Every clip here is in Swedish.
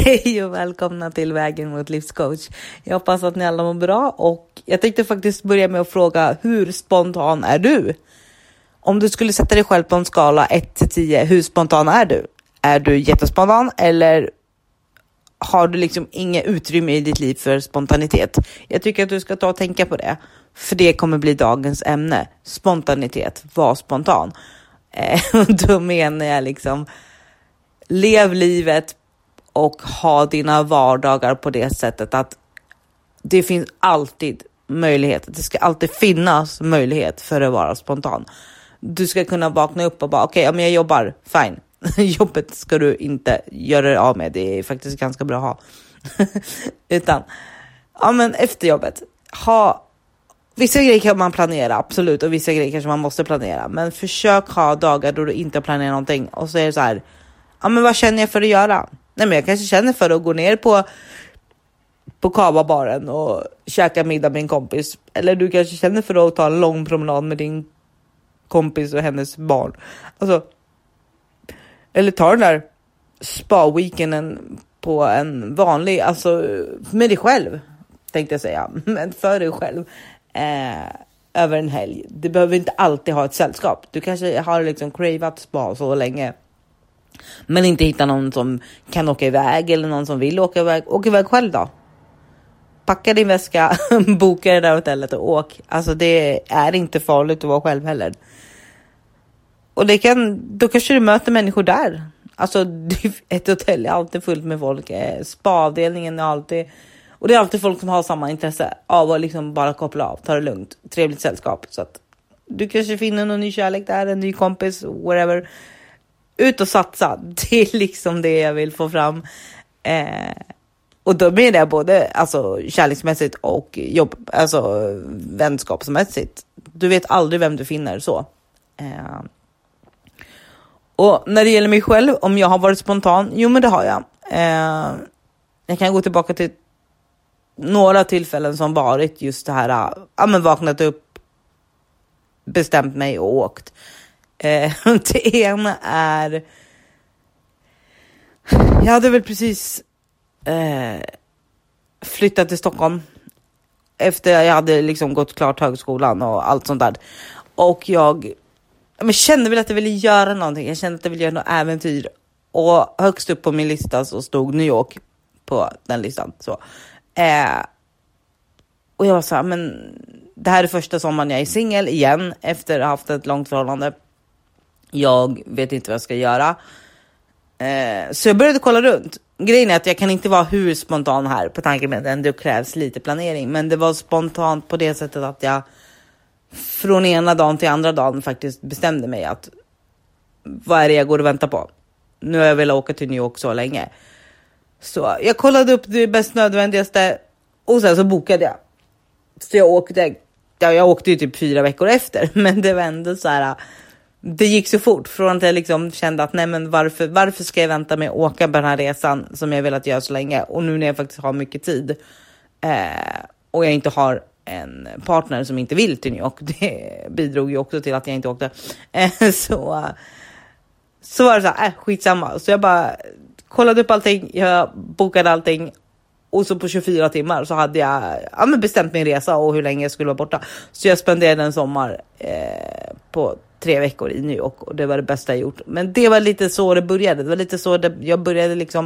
Hej och välkomna till Vägen mot livscoach. Jag hoppas att ni alla mår bra och jag tänkte faktiskt börja med att fråga, hur spontan är du? Om du skulle sätta dig själv på en skala 1-10, hur spontan är du? Är du jättespontan eller har du liksom inget utrymme i ditt liv för spontanitet? Jag tycker att du ska ta och tänka på det. För det kommer bli dagens ämne. Spontanitet, var spontan. Då menar jag liksom, lev livet och ha dina vardagar på det sättet att det finns alltid möjlighet. Det ska alltid finnas möjlighet för att vara spontan. Du ska kunna vakna upp och bara okej, men jag jobbar, fine. Jobbet ska du inte göra det av med. Det är faktiskt ganska bra att ha. Utan, men efter jobbet, vissa grejer kan man planera, absolut. Och vissa grejer kanske man måste planera. Men försök ha dagar då du inte planerar någonting. Och så är det så här, men vad känner jag för att göra? Nej, men jag kanske känner för att gå ner på Kavabaren och käka middag med en kompis. Eller du kanske känner för att ta en lång promenad med din kompis och hennes barn. Alltså, eller ta den där spa-weekenden på en vanlig, alltså med dig själv, tänkte jag säga. Men för dig själv. Över en helg. Du behöver inte alltid ha ett sällskap. Du kanske har liksom cravat spa så länge. Men inte hitta någon som kan åka iväg eller någon som vill åka iväg. Åk iväg själv då. Packa din väska, boka det där hotellet och åk. Alltså det är inte farligt att vara själv heller. Och då kanske du möter människor där. Alltså ett hotell är alltid fullt med folk. Spa-avdelningen är alltid... Och det är alltid folk som har samma intresse av att liksom bara koppla av, ta det lugnt, trevligt sällskap. Så att du kanske finner någon ny kärlek där, en ny kompis, whatever. Ut och satsa, det är liksom det jag vill få fram. Och då menar jag både alltså, kärleksmässigt och alltså, vänskapsmässigt. Du vet aldrig vem du finner så. Och när det gäller mig själv, om jag har varit spontan, jo men det har jag. Jag kan gå tillbaka till några tillfällen som varit just det här, vaknat upp, bestämt mig och åkt. Det ena är, jag hade väl precis flyttat till Stockholm efter jag hade liksom gått klart högskolan och allt sånt där. Och jag kände väl att jag ville göra någonting. Jag kände att jag ville göra något äventyr. Och högst upp på min lista så stod New York på den listan. Så. Och jag var så här, men det här är första sommaren jag är singel igen efter att ha haft ett långt förhållande. Jag vet inte vad jag ska göra. Så jag började kolla runt. Grejen är att jag kan inte vara hur spontan här på tanken med att det krävs lite planering. Men det var spontant på det sättet att jag från ena dagen till andra dagen faktiskt bestämde mig att vad är det jag går och väntar på? Nu har jag velat åka till New York så länge. Så jag kollade upp det bäst nödvändigaste och sen så bokade jag. Så jag åkte ju typ 4 veckor efter. Men det var ändå så här, det gick så fort från att jag liksom kände att nej men varför ska jag vänta med att åka på den här resan som jag velat göra så länge. Och nu när jag faktiskt har mycket tid och jag inte har en partner som inte vill till New York, det bidrog ju också till att jag inte åkte. Så var det så här, skitsamma. Så jag bara kollade upp allting, jag bokade allting och så på 24 timmar så hade jag bestämt min resa och hur länge jag skulle vara borta. Så jag spenderade en sommar på 3 veckor i New York och det var det bästa jag gjort. Men det var lite så det började. Det var lite så jag började liksom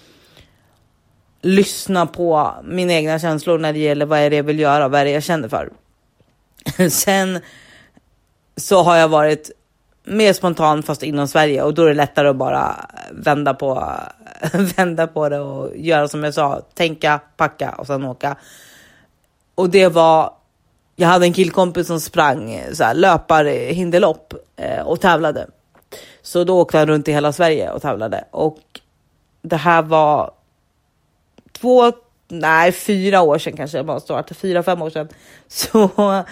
lyssna på mina egna känslor när det gäller vad är det jag vill göra, vad är det jag känner för. Sen så har jag varit mer spontan fast inom Sverige och då är det lättare att bara vända på det och göra som jag sa, tänka, packa och sen åka. Och det var, jag hade en killkompis som sprang så här, hinderlopp och tävlade. Så då åkte han runt i hela Sverige och tävlade. Och det här var 4 år sedan kanske, jag bara startade 4-5 år sedan. Så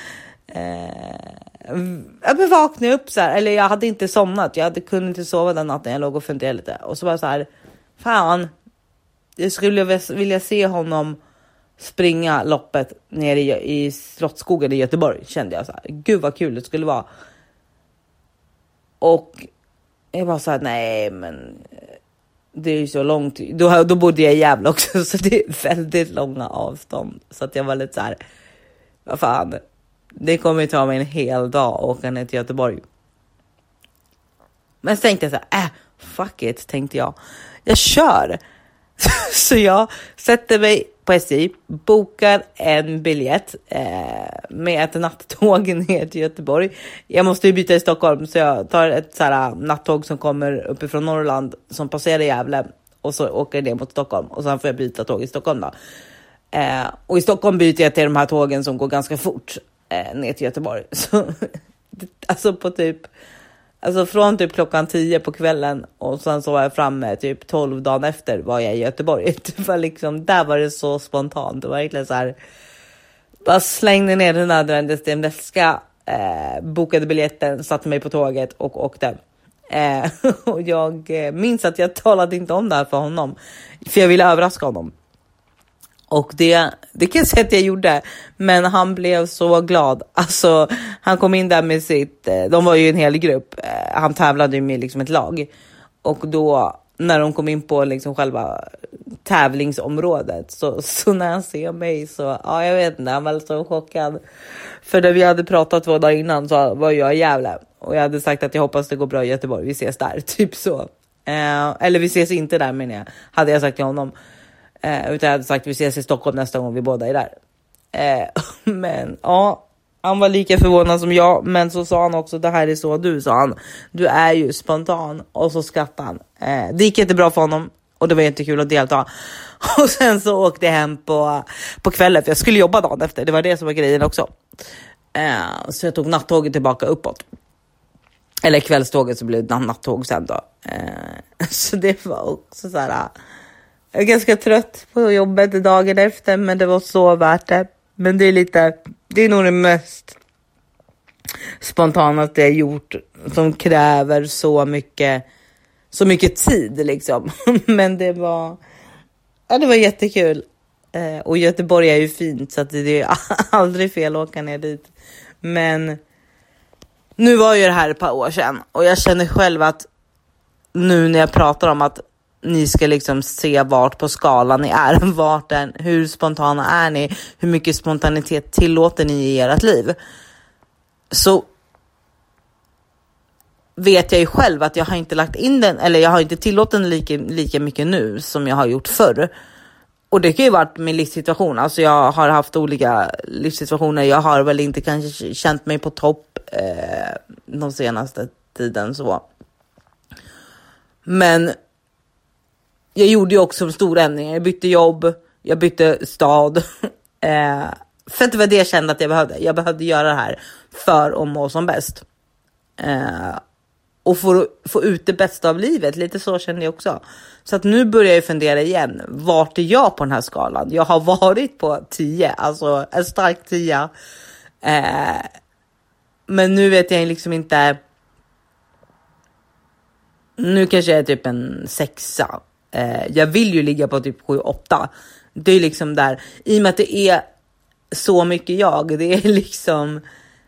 jag vaknade upp så här, eller jag hade inte somnat, jag kunde inte sova den natten, jag låg och funderade lite. Och så var så här, fan, jag skulle vilja se honom springa loppet nere i Slottsskogen i Göteborg, kände jag så här. Gud vad kul det skulle vara. Och jag var så här, nej men det är ju så långt. Då bodde jag i Gävle också, så det är väldigt långa avstånd. Så att jag var lite så här, vad fan, det kommer ju ta mig en hel dag att åka ner till Göteborg. Men så tänkte jag så här, fuck it, tänkte jag. Jag kör. Så jag sätter mig på SJ, bokar en biljett med ett nattåg ner till Göteborg. Jag måste ju byta i Stockholm, så jag tar ett så här nattåg som kommer uppifrån Norrland som passerar Gävle och så åker jag ner mot Stockholm och sen får jag byta tåg i Stockholm då. Och i Stockholm byter jag till de här tågen som går ganska fort ner till Göteborg. Så, alltså på typ, alltså från typ klockan 10 på kvällen och sen så var jag framme typ 12 dagen efter var jag i Göteborg. Det var liksom, där var det så spontant. Det var verkligen så här, bara slängde ner den nödvändigaste väska, bokade biljetten, satte mig på tåget och åkte. Och jag minns att jag talade inte om det här för honom, för jag ville överraska honom. Och det kan jag säga att jag gjorde. Men han blev så glad. Alltså, han kom in där med sitt... De var ju en hel grupp. Han tävlade ju med liksom ett lag. Och då, när de kom in på liksom själva tävlingsområdet. Så när han ser mig så... Ja, jag vet inte. Han var så chockad. För när vi hade pratat 2 dagar innan så var jag i Gävle. Och jag hade sagt att jag hoppas det går bra i Göteborg. Vi ses där. Typ så. Eller vi ses inte där, menar jag. Hade jag sagt till honom. Utan jag hade sagt vi ses i Stockholm nästa gång vi båda är där. Men ja, han var lika förvånad som jag. Men så sa han också, det här är så du, sa han. Du är ju spontan. Och så skrattade han. Det gick inte bra för honom. Och det var jättekul att delta. Och sen så åkte jag hem på kvällen. För jag skulle jobba dagen efter. Det var det som var grejen också. Så jag tog nattåget tillbaka uppåt. Eller kvällståget, så blev det nattåg sen då. Så det var också så här... Jag är ganska trött på jobbet dagen efter, men det var så värt det. Men det är nog det mest spontana jag gjort, som kräver så mycket tid liksom. Men det var jättekul. Och Göteborg är ju fint, så att det är aldrig fel att åka ner dit. Men nu var ju det här ett par år sedan, och jag känner själv att nu när jag pratar om att ni ska liksom se vart på skalan ni är. Hur spontana är ni? Hur mycket spontanitet tillåter ni i ert liv? Så vet jag ju själv att jag har inte lagt in den, eller jag har inte tillåtit den lika mycket nu som jag har gjort förr. Och det kan ju varit min livssituation. Alltså jag har haft olika livssituationer. Jag har väl inte kanske känt mig på topp de senaste tiden så. Men jag gjorde ju också stora ändringar. Jag bytte jobb, jag bytte stad. För att det var det jag kände att jag behövde. Jag behövde göra det här för att må som bäst. Och få ut det bästa av livet. Lite så kände jag också. Så att nu börjar jag fundera igen. Vart är jag på den här skalan? Jag har varit på 10. Alltså en stark 10. Men nu vet jag liksom inte. Nu kanske jag är typ en 6. Jag vill ju ligga på typ 7-8. Det är liksom där. I och med att det är så mycket jag. Det är liksom.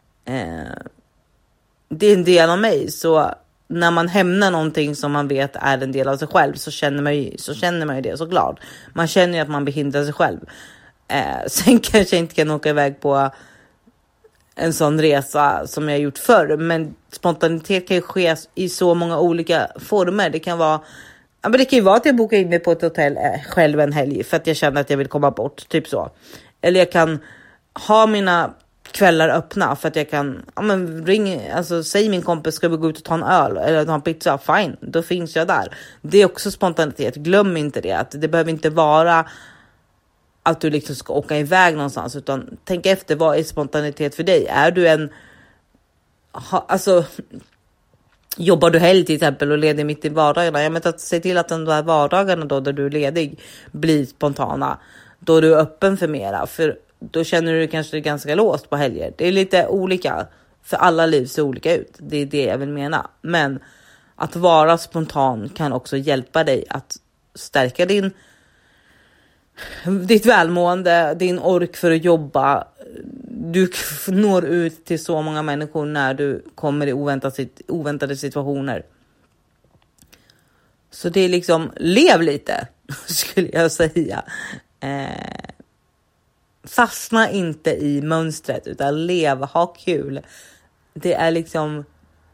Det är en del av mig. Så när man hämnar någonting som man vet är en del av sig själv, så känner man ju det såklart. Man känner ju att man behindrar sig själv. Sen kanske jag inte kan åka iväg på en sån resa som jag gjort förr. Men spontanitet kan ju ske i så många olika former. Det kan vara, ja, men det kan ju vara att jag bokar in mig på ett hotell själv en helg för att jag känner att jag vill komma bort, typ så. Eller jag kan ha mina kvällar öppna för att jag kan, ja, men säg min kompis, ska vi gå ut och ta en öl eller ta en pizza, fine, då finns jag där. Det är också spontanitet, glöm inte det, att det behöver inte vara att du liksom ska åka iväg någonstans, utan tänk efter, vad är spontanitet för dig? Är du jobbar du helg till exempel och ledig mitt i vardagarna? Jag menar att se till att de där vardagarna då, där du är ledig, blir spontana. Då är du öppen för mera. För då känner du kanske ganska låst på helger. Det är lite olika. För alla liv ser olika ut. Det är det jag vill mena. Men att vara spontan kan också hjälpa dig att stärka ditt välmående, din ork för att jobba. Du når ut till så många människor när du kommer i oväntade situationer. Så det är liksom, lev lite skulle jag säga. Fastna inte i mönstret utan lev, ha kul. Det är liksom,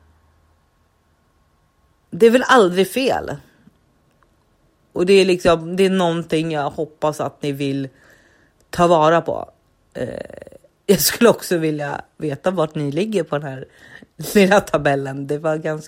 det är väl aldrig fel. Och det är liksom, det är någonting jag hoppas att ni vill ta vara på. Jag skulle också vilja veta vart ni ligger på den här lilla tabellen. Det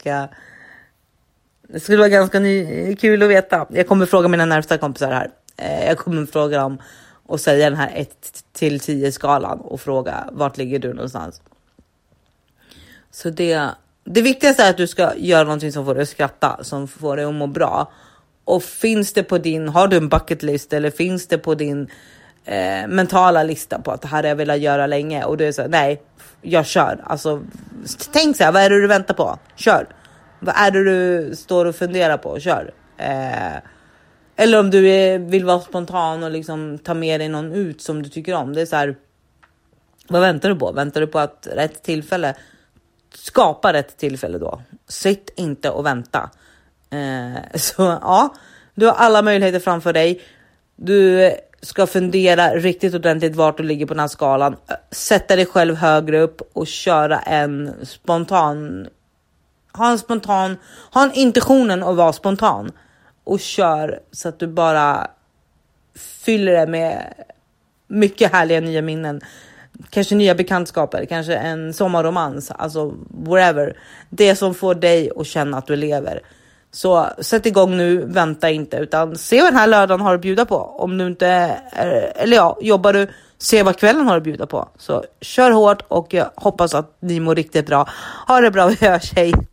skulle vara ganska kul att veta. Jag kommer fråga mina närmsta kompisar här. Jag kommer fråga dem och säga den här 1-10 skalan och fråga vart ligger du någonstans. Så det viktigaste är att du ska göra någonting som får dig att skratta, som får dig att må bra. Och finns det på har du en bucket list eller finns det på din mentala lista på att det här jag vill göra länge och du är så nej, jag kör. Alltså tänk så här, vad är det du väntar på? Kör. Vad är det du står och funderar på? Kör. Eller om du vill vara spontan och liksom ta med dig någon ut som du tycker om. Det är så här, vad väntar du på? Väntar du på att rätt tillfälle? Skapa rätt tillfälle då. Sitt inte och vänta. Så ja, du har alla möjligheter framför dig. Du ska fundera riktigt ordentligt vart du ligger på den här skalan. Sätta dig själv högre upp och köra en spontan. Ha en intentionen att vara spontan. Och kör så att du bara fyller det med mycket härliga nya minnen. Kanske nya bekantskaper, kanske en sommarromans, alltså whatever. Det som får dig att känna att du lever. Så sätt igång nu, vänta inte, utan se vad den här lördagen har att bjuda på. Om du inte eller ja, jobbar du, se vad kvällen har att bjuda på. Så kör hårt och jag hoppas att ni mår riktigt bra. Ha det bra, vi hörs, hej!